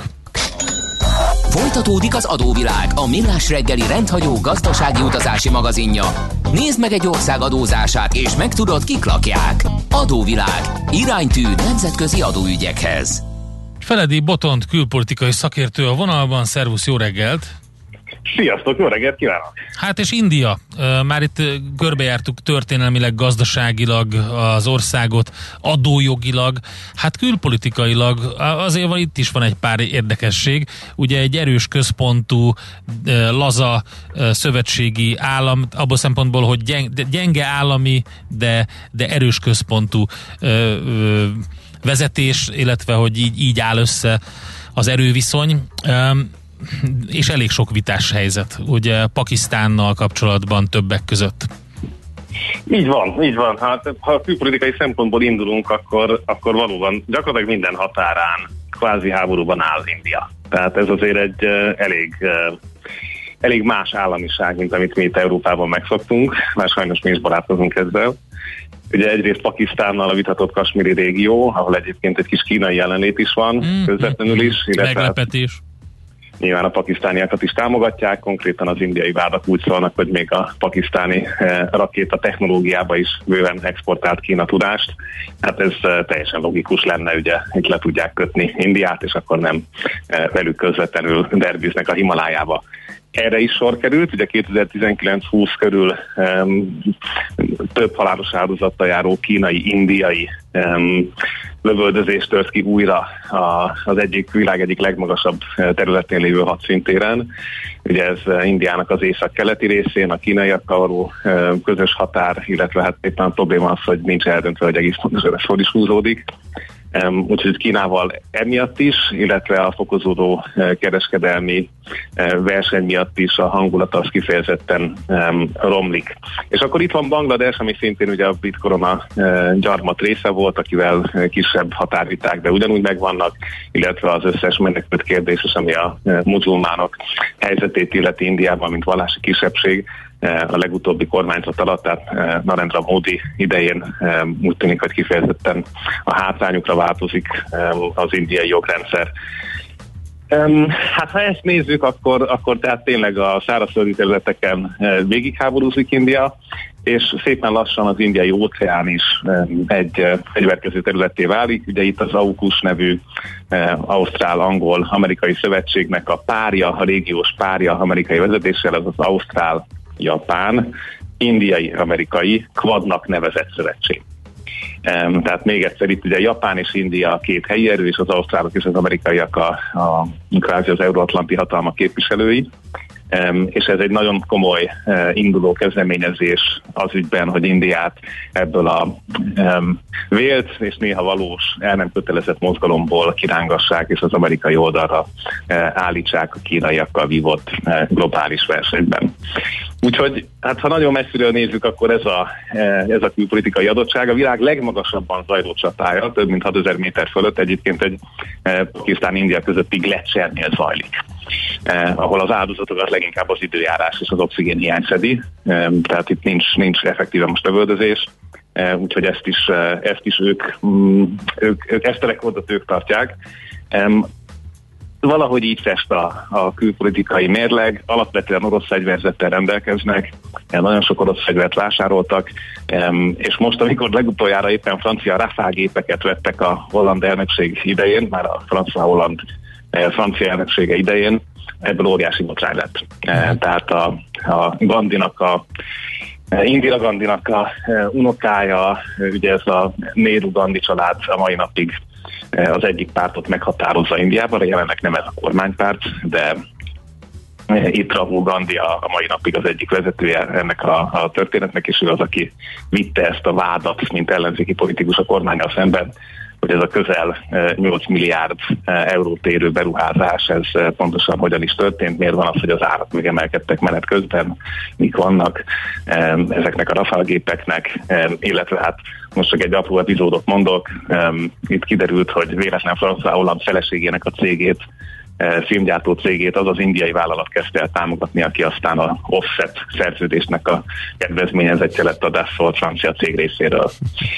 Folytatódik az adóvilág, a millás reggeli rendhagyó gazdasági utazási magazinja. Nézd meg egy ország adózását, és megtudod, kik lakják. Adóvilág. Iránytű nemzetközi adóügyekhez. Feledi Botont külpolitikai szakértő a vonalban. Szervusz, jó reggelt! Sziasztok, jó reggelt kívánok! Hát és India, már itt körbejártuk történelmileg, gazdaságilag az országot, adójogilag, hát külpolitikailag azért van, itt is van egy pár érdekesség. Ugye egy erős központú, laza szövetségi állam, abból szempontból, hogy gyenge állami, de, de erős központú vezetés, illetve hogy így, így áll össze az erőviszony. És elég sok vitás helyzet, ugye Pakisztánnal kapcsolatban többek között. Így van, így van. Hát, ha a külpolitikai szempontból indulunk, akkor, akkor valóban gyakorlatilag minden határán kvázi háborúban áll India. Tehát ez azért egy uh, elég, uh, elég más államiság, mint amit mi itt Európában megszoktunk, mert sajnos mi is barátkozunk ezzel. Ugye egyrészt Pakisztánnal a vitatott kasmíri régió, ahol egyébként egy kis kínai jelenlét is van, mm, közvetlenül is. Meglepetés. Nyilván a pakisztániakat is támogatják, konkrétan az indiai vádak úgy szólnak, hogy még a pakisztáni eh, rakéta technológiába is bőven exportált Kína tudást. Hát ez eh, teljesen logikus lenne, ugye itt le tudják kötni Indiát, és akkor nem eh, velük közvetlenül derbiznek a Himalájába erre is sor került, ugye kétezer-tizenkilenc-húsz körül um, több halálos áldozattal járó kínai, indiai um, lövöldözés tört ki újra a, az egyik világ egyik legmagasabb területén lévő hadszintéren. Ugye ez Indiának az észak-keleti részén, a kínaiakkal való közös határ, illetve hát éppen a probléma az, hogy nincs eldöntve, hogy egész pontosan ez hogy is húzódik. Um, úgyhogy Kínával emiatt is, illetve a fokozódó uh, kereskedelmi uh, verseny miatt is a hangulat az kifejezetten um, romlik. És akkor itt van Banglades, ami szintén ugye a brit korona uh, gyarmat része volt, akivel uh, kisebb határviták, de ugyanúgy megvannak, illetve az összes menekült kérdéses, ami a uh, muzulmánok helyzetét illeti Indiában, mint vallási kisebbség, a legutóbbi kormányzat alatt, tehát Narendra Modi idején úgy tűnik, hogy kifejezetten a hátrányukra változik az indiai jogrendszer. Hát ha ezt nézzük, akkor, akkor tehát tényleg a szárazföldi területeken végigháborúzik India, és szépen lassan az indiai óceán is egy fegyverkező területté válik. Ugye itt az AUKUS nevű ausztrál-angol-amerikai szövetségnek a párja, a régiós párja amerikai vezetéssel, az az ausztrál Japán, indiai-amerikai Quadnak nevezett szövetség. Um, tehát még egyszer itt ugye Japán és India a két helyi erő, és az ausztrálok és az amerikaiak a, a, kvázi az euróatlanti hatalmak képviselői. Um, és ez egy nagyon komoly uh, induló kezdeményezés az ügyben, hogy Indiát ebből a um, vélt és néha valós el nem kötelezett mozgalomból kirángassák, és az amerikai oldalra uh, állítsák a kínaiakkal vívott uh, globális versenyben. Úgyhogy, hát ha nagyon messziről nézzük, akkor ez a, ez a külpolitikai adottság a világ legmagasabban zajló csatája, több mint hatezer méter fölött, egyébként egy Pakisztán-India közötti gleccsernél zajlik, eh, ahol az áldozatokat leginkább az időjárás és az oxigén hiány szedi, eh, tehát itt nincs, nincs effektíve most lövöldözés, eh, úgyhogy ezt is, eh, ezt is ők, mm, ők, ők ezt a rekordot ők tartják. Eh, Valahogy így fest a, a külpolitikai mérleg, alapvetően orosz fegyverzettel rendelkeznek, nagyon sok orosz fegyvert vásároltak, és most, amikor legutoljára éppen francia Rafale gépeket vettek a holland elnökség idején, már a francia-holland francia elnöksége idején, ebből óriási botrány lett. Tehát a, a Gandhinak a Indira Gandhinak a unokája, ugye ez a Nehru Gandhi család a mai napig az egyik pártot meghatározza Indiában, jelenleg nem ez a kormánypárt, de itt Rahul Gandhi a, a mai napig az egyik vezetője ennek a, a történetnek, és ő az, aki vitte ezt a vádat, mint ellenzéki politikus a kormánnyal szemben, hogy ez a közel nyolc milliárd eurót érő beruházás, ez pontosan hogyan is történt, miért van az, hogy az árak megemelkedtek menet közben, mik vannak ezeknek a Rafale gépeknek, illetve hát most csak egy apró epizódot mondok, itt kiderült, hogy véletlen François Hollande feleségének a cégét, filmgyártó cégét az az indiai vállalat kezdte el támogatni, aki aztán a offset szerződésnek a kedvezményezettje lett a Dassault francia cég részéről.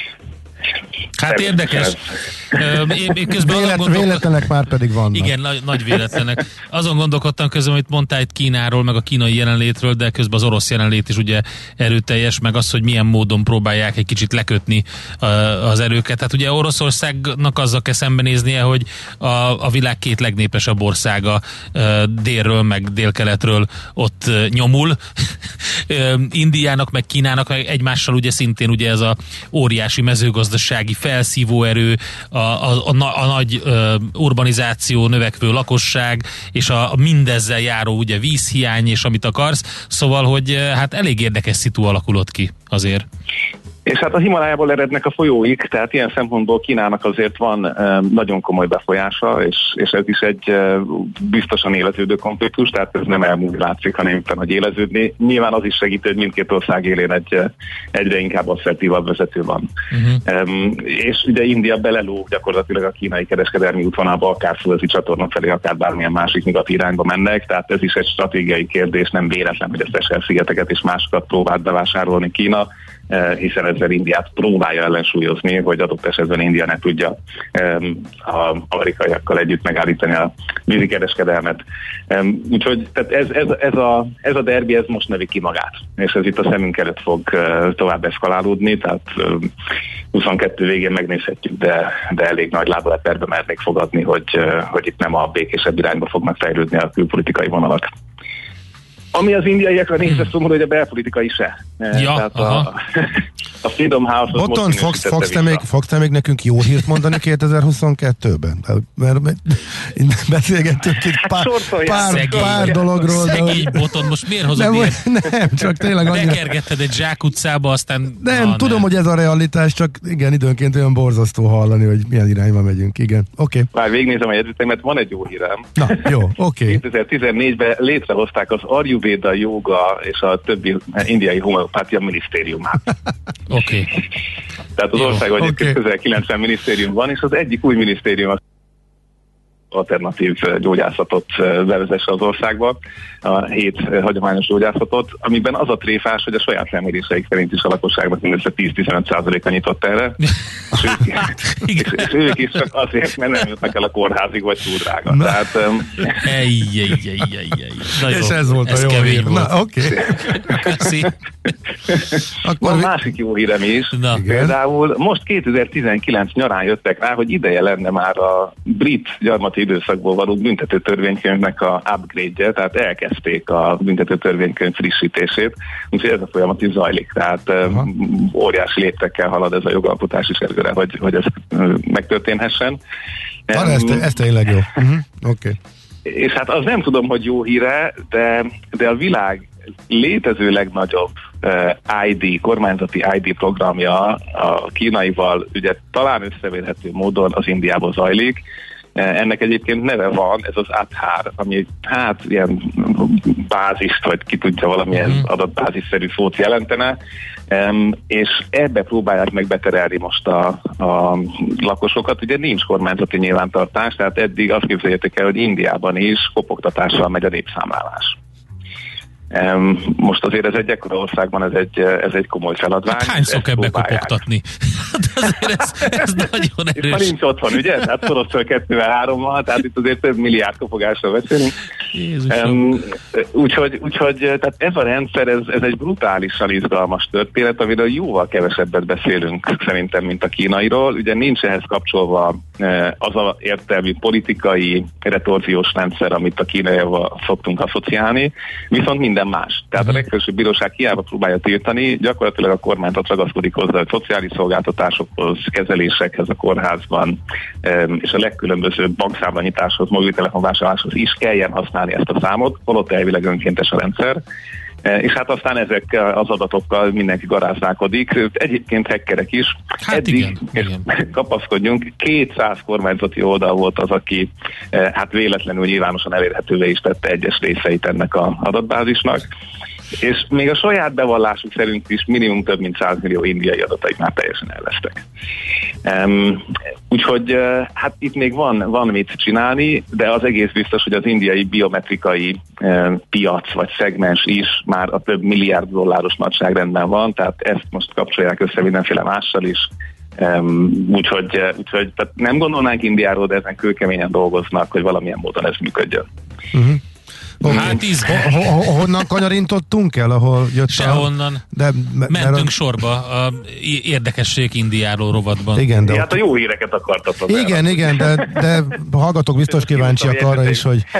Hát érdekes. Én, én közben Vélet, gondolkod... Véletlenek már pedig vannak. Igen, nagy, nagy véletlenek. Azon gondolkodtam közben, amit mondtál itt Kínáról, meg a kínai jelenlétről, de közben az orosz jelenlét is ugye erőteljes, meg az, hogy milyen módon próbálják egy kicsit lekötni az erőket. Hát ugye Oroszországnak azzal kell szembenéznie, hogy a, a világ két legnépesebb országa délről, meg délkeletről ott nyomul. Indiának, meg Kínának meg egymással ugye szintén ugye ez a óriási mezőgazdasági felszívó erő, a, a, a, a nagy ö, urbanizáció, növekvő lakosság, és a, a mindezzel járó ugye vízhiány, és amit akarsz. Szóval, hogy hát elég érdekes szitu alakulott ki azért. És hát a Himalájából erednek a folyóik, tehát ilyen szempontból Kínának azért van e, nagyon komoly befolyása, és, és ez is egy e, biztosan éleződő konfliktus, tehát ez nem elmúlt látszik, hanem éppen, hogy éleződni. Nyilván az is segít, hogy mindkét ország élén egy egyre inkább asszertívabb vezető van. Uh-huh. E, és ugye India beleló gyakorlatilag a kínai kereskedelmi útvonalba, akár Földi csatorna felé, akár bármilyen másik nyugati irányba mennek, tehát ez is egy stratégiai kérdés, nem véletlen, hogy a Seychelle-szigeteket és másokat próbált bevásárolni Kína, hiszen ezzel Indiát próbálja ellensúlyozni, hogy adott esetben India ne tudja az amerikaiakkal együtt megállítani a vízikereskedelmet. Úgyhogy tehát ez, ez, ez, a, ez a derbi, ez most nevi ki magát, és ez itt a szemünk előtt fog tovább eszkalálódni, tehát huszonkettő végén megnézhetjük, de, de elég nagy lábaleperbe mernék fogadni, hogy, hogy itt nem a békésebb irányba fognak fejlődni a külpolitikai vonalak. Ami az indiaiakra nézve hmm. szomorú, hogy a belpolitikai se. Ja, Tehát a, a Freedom House... Botton, fogsz, fogsz, te még, fogsz te még nekünk jó hírt mondani kétezer-huszonkettőben? Mert, mert beszélgettünk itt pár, pár, szegény, pár dologról. Szegény de... Botton, most miért hozod nem, ilyet? Nem, csak tényleg annyira... Bekergetted egy zsákutcába, aztán... Nem, na, tudom, nem. hogy ez a realitás, csak igen, időnként olyan borzasztó hallani, hogy milyen irányba megyünk. Igen, oké. Okay. Már végignézem a jegyzetemet, van egy jó hírem. Na, jó, oké. Okay. kétezer-tizennégyben létrehozták az Ayurveda Yoga és a többi indiai homeopátia minisztériumát. Oké. Okay. Tehát az országban okay. közel kilencven minisztérium van, és az egyik új minisztérium az alternatív gyógyászatot bevezesse az országba, a hét hagyományos gyógyászatot, amiben az a tréfás, hogy a saját felméréseik szerint is a lakosságnak mindössze tíz-tizenöt százaléka nyitott erre, és ők, és, és ők is csak azért, mert nem jutnak el a kórházig, vagy túl drága. Na. Tehát... Um, ej, ej, ej, ej, ej. Na és jó, ez volt ez a jó hír. Na, oké. Okay. Van vi... másik jó hírem is. Na. Például most kétezer-tizenkilenc nyarán jöttek rá, hogy ideje lenne már a brit gyarmati időszakból való büntető törvénykönyvnek a upgrade-je, tehát elkezdték a büntető törvénykönyv frissítését, úgyhogy ez a folyamat is zajlik, tehát aha. óriási léptekkel halad ez a jogalkotás is előre, hogy, hogy ez megtörténhessen. Arra ez, ez tényleg jó. Uh-huh. Oké. Okay. És hát az nem tudom, hogy jó híre, de, de a világ létező legnagyobb uh, I D, kormányzati I D programja a kínaival ugye talán összevérhető módon az Indiából zajlik. Ennek egyébként neve van, ez az Aadhaar, ami hát ilyen bázist, vagy ki tudja, valamilyen mm. adatbázisszerű szót jelentene, um, és ebbe próbálják meg beterelni most a, a lakosokat. Ugye nincs kormányzati nyilvántartás, tehát eddig azt képzeljétek el, hogy Indiában is kopogtatással megy a népszámlálás. Um, most azért ez egy ekkora országban, ez egy, ez egy komoly feladvány. Hát hányszor kell bekopogtatni? Hát azért ez, ez nagyon erős. Itt nincs otthon, ugye? Tehát szorosztól kettővel hárommal, tehát itt azért több milliárd kopogásra beszélünk. Um, úgyhogy, úgyhogy tehát ez a rendszer, ez, ez egy brutálisan izgalmas történet, amiről jóval kevesebbet beszélünk szerintem, mint a kínairól. Ugye nincs ehhez kapcsolva az a értelmi politikai retorziós rendszer, amit a kínaival szoktunk asszociálni, viszont minden más. Tehát a legfelsőbb bíróság hiába próbálja tiltani, gyakorlatilag a kormányzat ragaszkodik hozzá, hogy szociális szolgáltatásokhoz, kezelésekhez a kórházban, és a legkülönbözőbb bankszámlanyításhoz, mobiltelefonvásárláshoz is kelljen használni ezt a számot, holott elvileg önkéntes a rendszer. És hát aztán ezek az adatokkal mindenki garázdálkodik. Egyébként hackerek is. Hát eddig, igen, igen. kapaszkodjunk, kétszáz kormányzati oldal volt az, aki hát véletlenül nyilvánosan elérhetővé is tette egyes részeit ennek az adatbázisnak. És még a saját bevallásuk szerint is minimum több mint száz millió indiai adatait már teljesen elvesztek. Um, úgyhogy uh, hát itt még van, van mit csinálni, de az egész biztos, hogy az indiai biometrikai uh, piac vagy szegmens is már a több milliárd dolláros nagyságrendben van, tehát ezt most kapcsolják össze mindenféle mással is. Um, úgyhogy, uh, úgyhogy tehát nem gondolnánk Indiáról, de ezen kőkeményen dolgoznak, hogy valamilyen módon ez működjön. Uh-huh. Okay. Hát ho, ho, honnan kanyarintottunk el, ahol jött Sehonnan. A... De, me, Mentünk a... sorba a érdekesség Indiáról rovatban. Igen, de hát a jó híreket akartatok. Igen, el. igen, de, de hallgatók biztos kíváncsiak arra is, hogy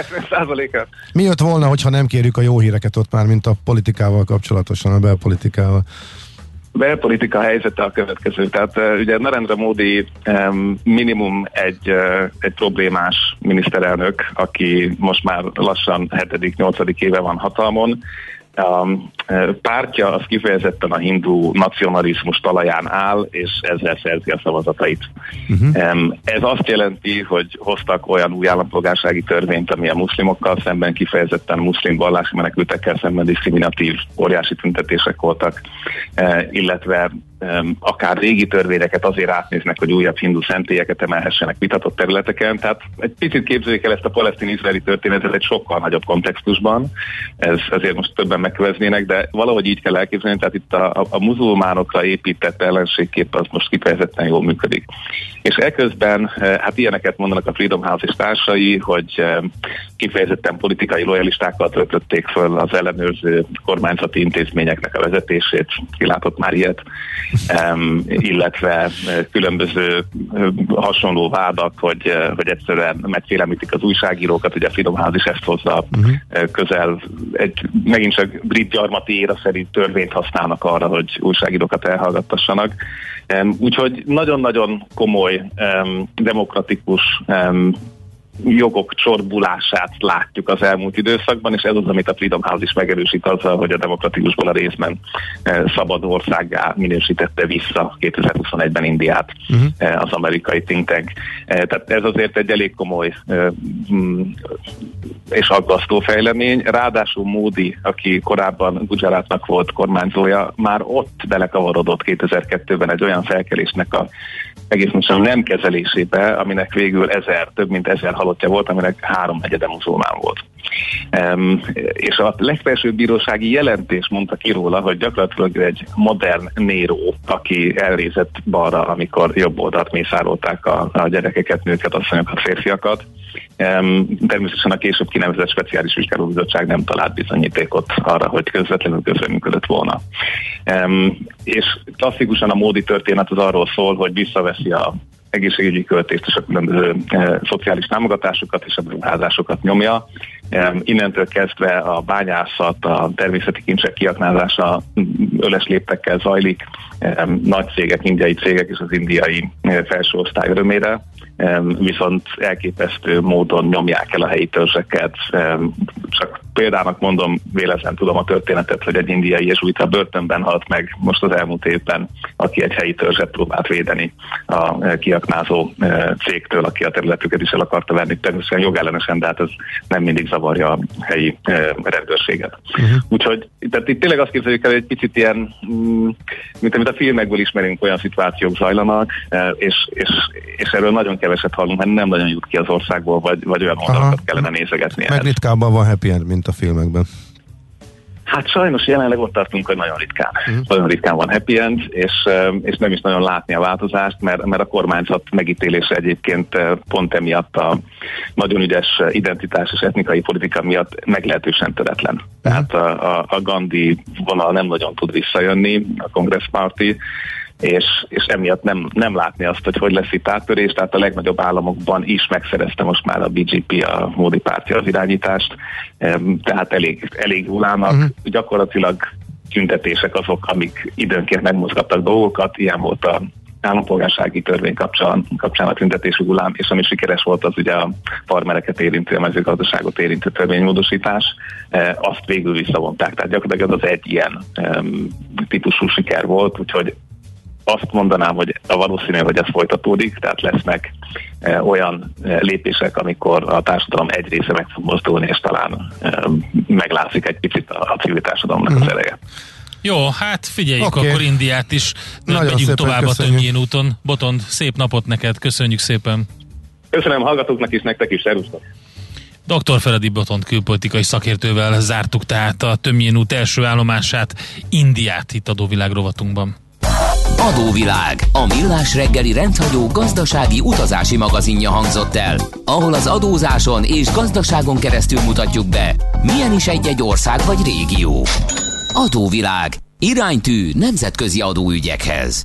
mi jött volna, hogyha nem kérjük a jó híreket ott már, mint a politikával kapcsolatosan, a belpolitikával. Belpolitika helyzete a következő. Tehát uh, ugye Narendra Modi um, minimum egy, uh, egy problémás miniszterelnök, aki most már lassan hetedik-nyolcadik éve van hatalmon. A pártja az kifejezetten a hindu nacionalizmus talaján áll, és ezzel szerzi a szavazatait. Uh-huh. Ez azt jelenti, hogy hoztak olyan új állampolgársági törvényt, ami a muszlimokkal szemben kifejezetten muszlim vallási menekültekkel szemben diszkriminatív, óriási tüntetések voltak, illetve akár régi törvényeket azért átnéznek, hogy újabb hindu szentélyeket emelhessenek vitatott területeken. Tehát egy picit képzeljék el ezt a palesztin-izraeli történetet egy sokkal nagyobb kontextusban. Ez azért most többen megköveznének, de valahogy így kell elképzelni, tehát itt a, a, a muzulmánokra épített ellenségkép az most kifejezetten jól működik. És eközben hát ilyeneket mondanak a Freedom House és társai, hogy kifejezetten politikai lojalistákkal töltötték föl az ellenőrző kormányzati intézményeknek a vezetését, kilátott már ilyet, um, illetve különböző hasonló vádak, hogy, hogy egyszerűen megfélemlítik az újságírókat, ugye a Freedom House is ezt hozza uh-huh. közel, egy megint csak brit gyarmati éra szerint törvényt használnak arra, hogy újságírókat elhallgattassanak. Um, úgyhogy nagyon-nagyon komoly um, demokratikus um, jogok csorbulását látjuk az elmúlt időszakban, és ez az, amit a Freedom House is megerősít azzal, hogy a demokratikusból a részben szabad országgá minősítette vissza kétezer-huszonegyben Indiát uh-huh. az amerikai think tank. Tehát ez azért egy elég komoly és aggasztó fejlemény. Ráadásul Modi, aki korábban Gujaratnak volt kormányzója, már ott belekavarodott kétezer-kettőben egy olyan felkelésnek a egész mondom nem kezelésébe, aminek végül ezer, több mint ezer halottja volt, aminek három negyede muzulmán volt. Um, és a legfelsőbb bírósági jelentés mondta ki róla, hogy gyakorlatilag egy modern Néró, aki elrézett balra, amikor jobb oldalt mészárolták a, a gyerekeket, nőket, asszonyokat, férfiakat. Um, természetesen a később kinevezett speciális vizsgálóbizottság nem talált bizonyítékot arra, hogy közvetlenül közreműködött volna. Um, és klasszikusan a Modi történet az arról szól, hogy visszaveszi a egészségügyi költést és a különböző e, szociális támogatásokat és a beruházásokat nyomja. E, innentől kezdve a bányászat, a természeti kincsek kiaknázása öles léptekkel zajlik, e, nagy cégek, indiai cégek és az indiai e, felső osztály örömére, e, viszont elképesztő módon nyomják el a helyi törzseket. E, csak példának mondom, véletlen tudom a történetet, hogy egy indiai jezsuita börtönben halt meg most az elmúlt évben, aki egy helyi törzset próbált védeni a kiaknázó cégtől, aki a területüket is el akarta venni. Természetesen jogellenesen, de hát ez nem mindig zavarja a helyi rendőrséget. Uh-huh. Úgyhogy tehát itt tényleg azt képzeljük el, hogy egy picit ilyen, mint amit a filmekből ismerünk, olyan szituációk zajlanak, és, és, és erről nagyon keveset hallunk, mert nem nagyon jut ki az országból, vagy, vagy olyan oldalakat kellene nézegetni. Meg ritkábban van happy end, mint a filmekben. Hát sajnos jelenleg ott tartunk, hogy nagyon ritkán. Uh-huh. Nagyon ritkán van happy end, és, és nem is nagyon látni a változást, mert, mert a kormányzat megítélése egyébként pont emiatt a nagyon ügyes identitás és etnikai politika miatt meglehetősen töretlen. Uh-huh. Tehát a, a, a Gandhi vonal nem nagyon tud visszajönni, a Congress Party, és, és emiatt nem, nem látni azt, hogy hogy lesz itt áttörés, tehát a legnagyobb államokban is megszerezte most már a bé jé pé, a Modi pártja az irányítást, tehát elég, elég jól állnak. Uh-huh. Gyakorlatilag tüntetések azok, amik időnként megmozgattak dolgokat, ilyen volt a állampolgársági törvény kapcsán, kapcsán a tüntetési hullám, és ami sikeres volt, az ugye a farmereket érintő, a mezőgazdaságot érintő törvénymódosítás, e, azt végül visszavonták. Tehát gyakorlatilag az egy ilyen um, típusú siker volt, úgyhogy azt mondanám, hogy a valószínű, hogy ez folytatódik, tehát lesznek e, olyan e, lépések, amikor a társadalom egy része meg fog mozdulni, és talán e, meglátszik egy picit a, a civil társadalomnak uh-huh. az eleje. Jó, hát figyeljük okay. Akkor Indiát is. Nem Nagyon megyünk tovább köszönjük. A Tömjén úton. Botond, szép napot neked, köszönjük szépen. Köszönöm hallgatóknak is, nektek is, szervusztok. doktor Feledi Botond külpolitikai szakértővel zártuk tehát a Tömjén út első állomását, Indiát itt Adóvilág rovatunkban. Adóvilág, a millás reggeli rendhagyó gazdasági utazási magazinja hangzott el, ahol az adózáson és gazdaságon keresztül mutatjuk be, milyen is egy-egy ország vagy régió. Adóvilág, iránytű nemzetközi adóügyekhez.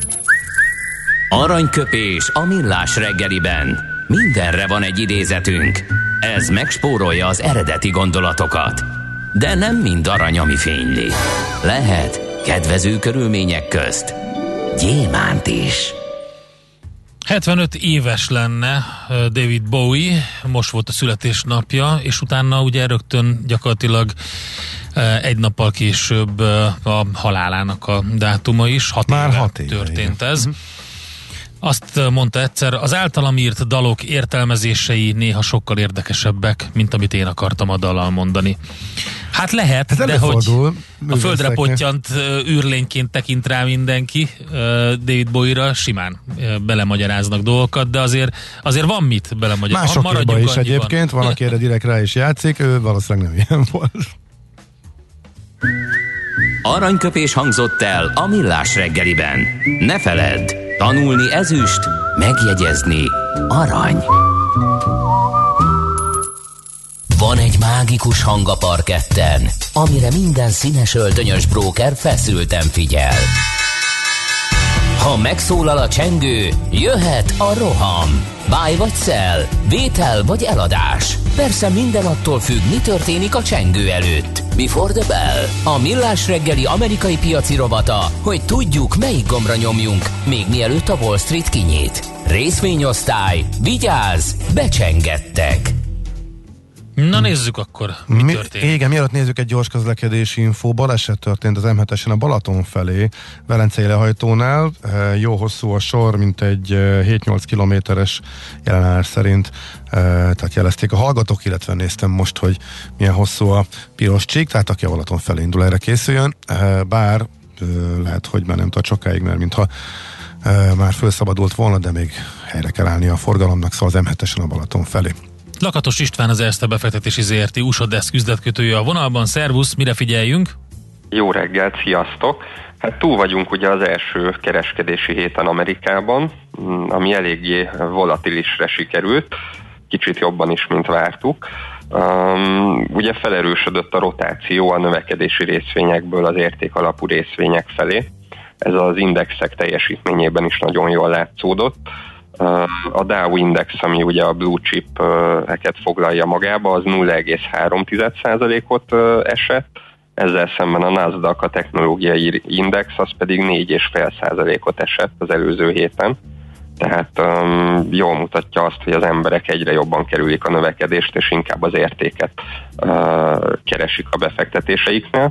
Aranyköpés a millás reggeliben. Mindenre van egy idézetünk. Ez megspórolja az eredeti gondolatokat. De nem mind arany, ami fényli. Lehet kedvező körülmények közt gyémánt is. hetvenöt éves lenne David Bowie, most volt a születésnapja, és utána ugye rögtön gyakorlatilag egy nappal később a halálának a dátuma is, hat Már éve hat éve történt éve. ez. Uh-huh. Azt mondta egyszer, az általam írt dalok értelmezései néha sokkal érdekesebbek, mint amit én akartam a dallal mondani. Hát lehet, ez de hogy a földre művészeknek. pottyant űrlényként tekint rá mindenki David Bowie-ra, simán belemagyaráznak dolgokat, de azért, azért van mit belemagyarázni. Másokban is egyébként, van, aki erre direkt rá is játszik, ő valószínűleg nem ilyen volt. Aranyköpés hangzott el a millás reggeliben. Ne feledd, tanulni ezüst, megjegyezni arany. Van egy mágikus hang a parketten, amire minden színes öltönyös bróker feszülten figyel. Ha megszólal a csengő, jöhet a roham. Buy vagy sell, vétel vagy eladás. Persze minden attól függ, mi történik a csengő előtt. Before the bell. A Millás reggeli amerikai piaci rovata, hogy tudjuk, melyik gombra nyomjunk, még mielőtt a Wall Street kinyit. Részvényosztály, vigyázz, becsengettek. Na nézzük akkor, mi, mi történt. Igen, mielőtt nézzük egy gyors közlekedési infó, baleset történt az em hetesen a Balaton felé, Velencei lehajtónál. Jó hosszú a sor, mint egy hét-nyolc kilométeres jelenállás szerint, tehát jelezték a hallgatók, illetve néztem most, hogy milyen hosszú a piros csík, tehát aki a Balaton felé indul, erre készüljön, bár lehet, hogy már nem tart sokáig, mert mintha már felszabadult volna, de még helyre kell állni a forgalomnak, szóval az em hetesen a Balaton felé. Lakatos István, az Erste befektetési zé er té u es á Desk üzletkötője a vonalban. Szervusz, mire figyeljünk? Jó reggelt, sziasztok! Hát túl vagyunk ugye az első kereskedési héten Amerikában, ami eléggé volatilisre sikerült, kicsit jobban is, mint vártuk. Um, ugye felerősödött a rotáció a növekedési részvényekből az értékalapú részvények felé. Ez az indexek teljesítményében is nagyon jól látszódott. A Dow Index, ami ugye a blue chip-eket foglalja magába, az nulla egész három százalékot esett, ezzel szemben a Nasdaq, a technológiai index, az pedig négy egész öt százalékot esett az előző héten. Tehát um, jól mutatja azt, hogy az emberek egyre jobban kerülik a növekedést, és inkább az értéket uh, keresik a befektetéseiknél.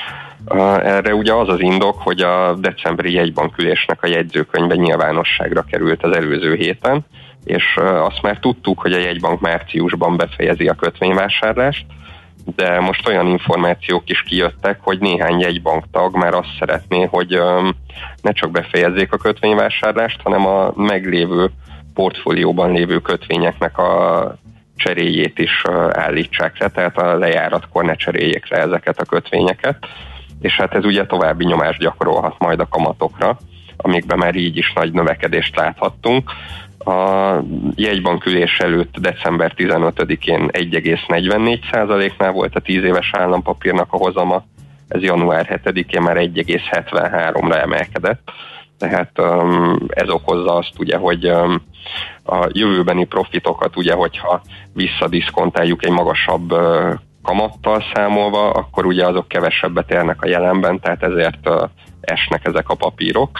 Uh, erre ugye az az indok, hogy a decemberi jegybankülésnek a jegyzőkönyve nyilvánosságra került az előző héten, és uh, azt már tudtuk, hogy a jegybank márciusban befejezi a kötvényvásárlást, de most olyan információk is kijöttek, hogy néhány jegybanktag már azt szeretné, hogy um, ne csak befejezzék a kötvényvásárlást, hanem a meglévő portfólióban lévő kötvényeknek a cseréjét is uh, állítsák le, tehát a lejáratkor ne cseréljék le ezeket a kötvényeket, és hát ez ugye további nyomást gyakorolhat majd a kamatokra, amikben már így is nagy növekedést láthattunk. A jegybankülés előtt december tizenötödikén egy egész negyvennégy százaléknál volt a tíz éves állampapírnak a hozama, ez január hetedikén már egy egész hetvenháromra emelkedett, tehát um, ez okozza azt ugye, hogy um, a jövőbeni profitokat ugye, hogyha visszadiszkontáljuk egy magasabb uh, kamattal számolva, akkor ugye azok kevesebbet érnek a jelenben, tehát ezért uh, esnek ezek a papírok.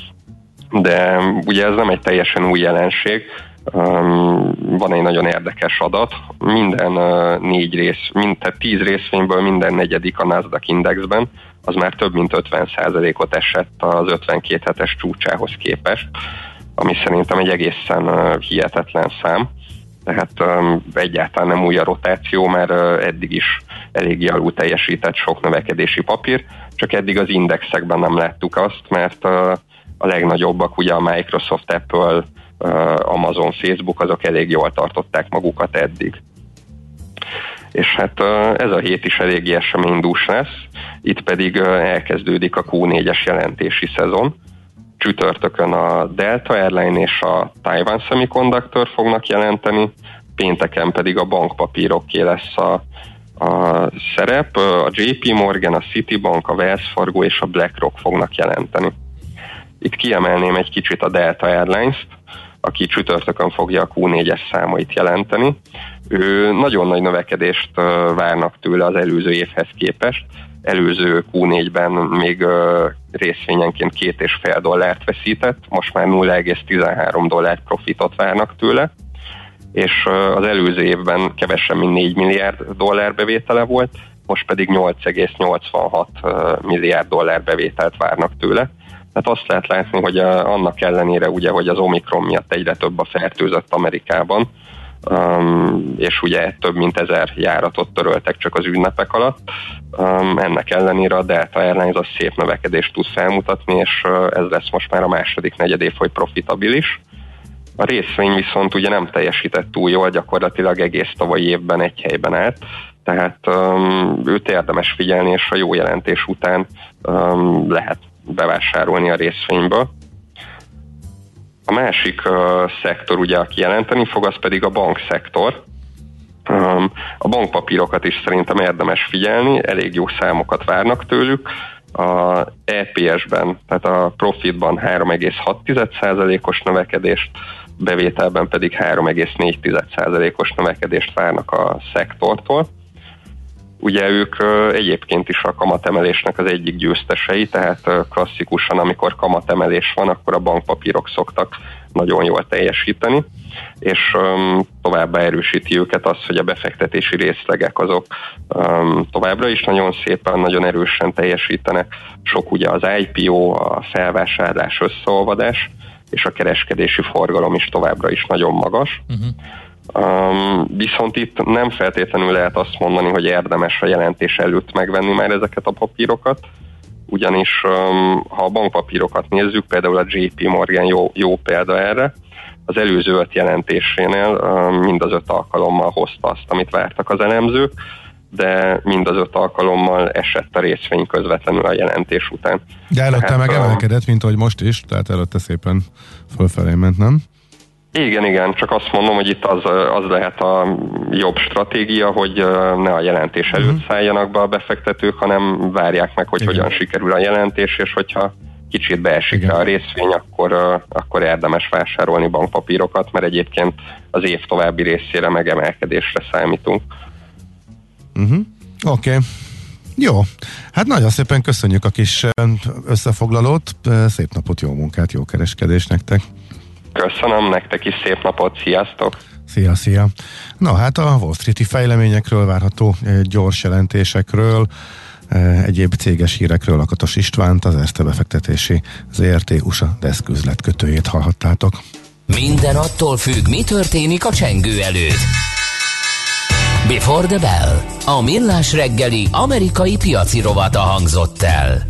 De ugye ez nem egy teljesen új jelenség, um, van egy nagyon érdekes adat, minden uh, négy rész, mind, tehát tíz részvényből minden negyedik a Nasdaq indexben, az már több mint ötven százalékot esett az ötvenkét hetes csúcsához képest, ami szerintem egy egészen uh, hihetetlen szám. Tehát um, egyáltalán nem új a rotáció, mert uh, eddig is eléggé alul teljesített sok növekedési papír, csak eddig az indexekben nem láttuk azt, mert uh, a legnagyobbak, ugye a Microsoft, Apple, uh, Amazon, Facebook, azok elég jól tartották magukat eddig. És hát uh, ez a hét is eléggé eseménydús lesz, itt pedig uh, elkezdődik a kú négyes jelentési szezon. Csütörtökön a Delta Airline és a Taiwan Semiconductor fognak jelenteni, pénteken pedig a bankpapíroké lesz a, a szerep, a jé pé Morgan, a Citibank, a Wells Fargo és a BlackRock fognak jelenteni. Itt kiemelném egy kicsit a Delta Airlines-t, aki csütörtökön fogja a kú négyes számait jelenteni. Ő nagyon nagy növekedést várnak tőle az előző évhez képest. Előző kú négyben még részvényenként két és fél dollárt veszített, most már nulla egész tizenhárom dollár profitot várnak tőle, és az előző évben kevesebb, mint négy milliárd dollár bevétele volt, most pedig nyolc egész nyolcvanhat milliárd dollár bevételt várnak tőle. Tehát azt lehet látni, hogy a, annak ellenére, ugye, hogy az Omikron miatt egyre több a fertőzött Amerikában, um, és ugye több mint ezer járatot töröltek csak az ünnepek alatt, um, ennek ellenére a Delta Airlines az szép növekedést tud felmutatni, és uh, ez lesz most már a második negyedév, hogy profitabilis. A részvény viszont ugye nem teljesített túl jól, gyakorlatilag egész tavalyi évben egy helyben állt, tehát um, őt érdemes figyelni, és a jó jelentés után um, lehet bevásárolni a részvényből. A másik uh, szektor, ugye, aki jelenteni fog, az pedig a bankszektor. Um, a bankpapírokat is szerintem érdemes figyelni, elég jó számokat várnak tőlük. a é pé es-ben, tehát a profitban három egész hat százalékos növekedést, bevételben pedig három egész négy százalékos növekedést várnak a szektortól. Ugye ők egyébként is a kamatemelésnek az egyik győztesei, tehát klasszikusan, amikor kamatemelés van, akkor a bankpapírok szoktak nagyon jól teljesíteni, és um, továbbá erősíti őket az, hogy a befektetési részlegek azok um, továbbra is nagyon szépen, nagyon erősen teljesítenek. Sok ugye az i pé o, a felvásárlás, összeolvadás, és a kereskedési forgalom is továbbra is nagyon magas. Uh-huh. Um, viszont itt nem feltétlenül lehet azt mondani, hogy érdemes a jelentés előtt megvenni már ezeket a papírokat, ugyanis um, ha a bankpapírokat nézzük, például a jé pé Morgan jó, jó példa erre, az előző öt jelentésénél um, mind az öt alkalommal hozta azt, amit vártak az elemzők, de mind az öt alkalommal esett a részvény közvetlenül a jelentés után. De előtte tehát, meg emelkedett, mint ahogy most is, tehát előtte szépen fölfelé ment, nem? Igen, igen, csak azt mondom, hogy itt az, az lehet a jobb stratégia, hogy ne a jelentés előtt uh-huh. szálljanak be a befektetők, hanem várják meg, hogy igen. hogyan sikerül a jelentés, és hogyha kicsit beesik igen. a részvény, akkor, akkor érdemes vásárolni bankpapírokat, mert egyébként az év további részére megemelkedésre számítunk. Uh-huh. Oké. Okay. Jó, hát nagyon szépen köszönjük a kis összefoglalót, szép napot, jó munkát, jó kereskedést nektek! Köszönöm, nektek is szép napot, sziasztok! Szia, szia! Na hát a Wall Street-i fejleményekről, várható gyors jelentésekről, egyéb céges hírekről Lakatos Istvánt, az Erste befektetési zé er té u es á Desk üzletkötőjét hallhattátok. Minden attól függ, mi történik a csengő előtt. Before the Bell, a millás reggeli amerikai piaci rovata hangzott el.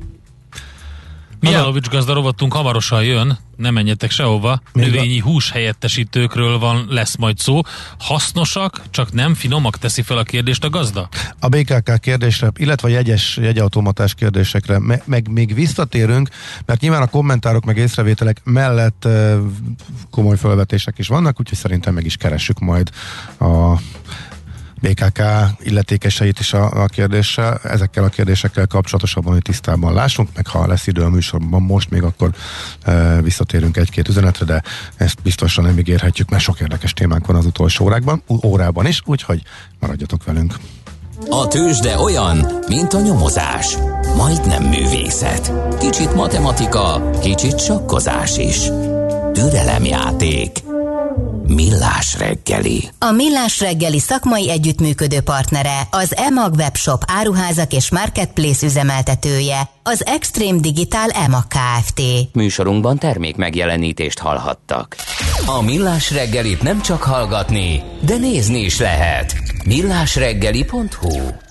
Mihálovics gazda rovatunk hamarosan jön, nem menjetek sehova. Növényi hús helyettesítőkről van, lesz majd szó. Hasznosak, csak nem finomak, teszi fel a kérdést a gazda? A bé ká ká kérdésre, illetve a jegyes, jegyautomatás kérdésekre me, meg még visszatérünk, mert nyilván a kommentárok meg észrevételek mellett uh, komoly felvetések is vannak, úgyhogy szerintem meg is keressük majd a bé ká ká illetékeseit is a, a kérdéssel, ezekkel a kérdésekkel kapcsolatosabban, hogy tisztában lássunk, meg ha lesz idő a műsorban most még, akkor e, visszatérünk egy-két üzenetre, de ezt biztosan nem ígérhetjük, mert sok érdekes témánk van az utolsó órákban, órában is, úgyhogy maradjatok velünk. A tőzsde olyan, mint a nyomozás. Majdnem művészet. Kicsit matematika, kicsit sakkozás is. Türelemjáték. Millás reggeli. A Millás reggeli szakmai együttműködő partnere, az e-mag webshop áruházak és marketplace üzemeltetője, az Extreme Digital e-mag Kft. Műsorunkban termék megjelenítést hallhattak. A Millás reggelit nem csak hallgatni, de nézni is lehet. millásreggeli pont hu